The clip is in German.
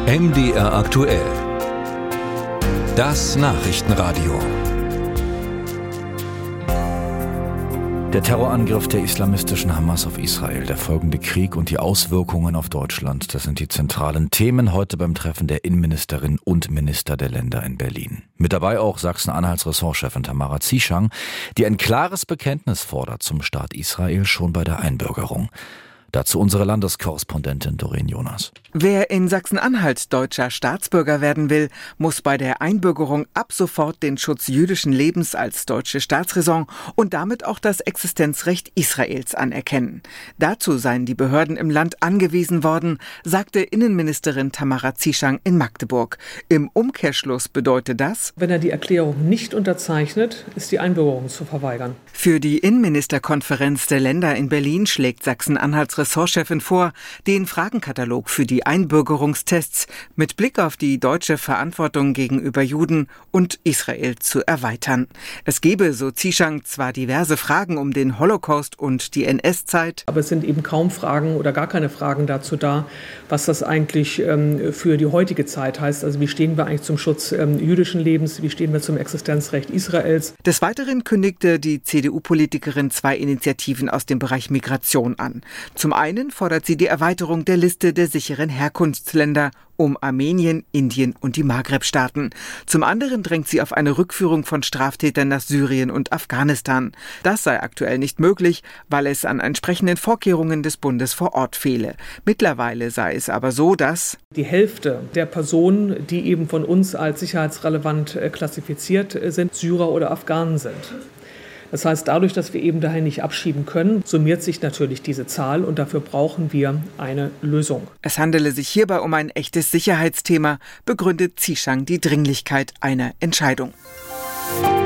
MDR aktuell. Das Nachrichtenradio. Der Terrorangriff der islamistischen Hamas auf Israel, der folgende Krieg und die Auswirkungen auf Deutschland, das sind die zentralen Themen heute beim Treffen der Innenministerin und Minister der Länder in Berlin. Mit dabei auch Sachsen-Anhalts Ressortchefin Tamara Zieschang, die ein klares Bekenntnis fordert zum Staat Israel schon bei der Einbürgerung. Dazu unsere Landeskorrespondentin Doreen Jonas. Wer in Sachsen-Anhalt deutscher Staatsbürger werden will, muss bei der Einbürgerung ab sofort den Schutz jüdischen Lebens als deutsche Staatsräson und damit auch das Existenzrecht Israels anerkennen. Dazu seien die Behörden im Land angewiesen worden, sagte Innenministerin Tamara Zieschang in Magdeburg. Im Umkehrschluss bedeutet das: Wenn er die Erklärung nicht unterzeichnet, ist die Einbürgerung zu verweigern. Für die Innenministerkonferenz der Länder in Berlin schlägt Sachsen-Anhalts Ressortchefin vor, den Fragenkatalog für die Einbürgerungstests mit Blick auf die deutsche Verantwortung gegenüber Juden und Israel zu erweitern. Es gebe, so Zieschang, zwar diverse Fragen um den Holocaust und die NS-Zeit, aber es sind eben kaum Fragen oder gar keine Fragen dazu da, was das eigentlich für die heutige Zeit heißt. Also wie stehen wir eigentlich zum Schutz jüdischen Lebens, wie stehen wir zum Existenzrecht Israels. Des Weiteren kündigte die CDU-Politikerin 2 Initiativen aus dem Bereich Migration an. Zum einen fordert sie die Erweiterung der Liste der sicheren Herkunftsländer um Armenien, Indien und die Maghreb-Staaten. Zum anderen drängt sie auf eine Rückführung von Straftätern nach Syrien und Afghanistan. Das sei aktuell nicht möglich, weil es an entsprechenden Vorkehrungen des Bundes vor Ort fehle. Mittlerweile sei es aber so, dass die Hälfte der Personen, die eben von uns als sicherheitsrelevant klassifiziert sind, Syrer oder Afghanen sind. Das heißt, dadurch, dass wir eben dahin nicht abschieben können, summiert sich natürlich diese Zahl und dafür brauchen wir eine Lösung. Es handele sich hierbei um ein echtes Sicherheitsthema, begründet Zieschang die Dringlichkeit einer Entscheidung.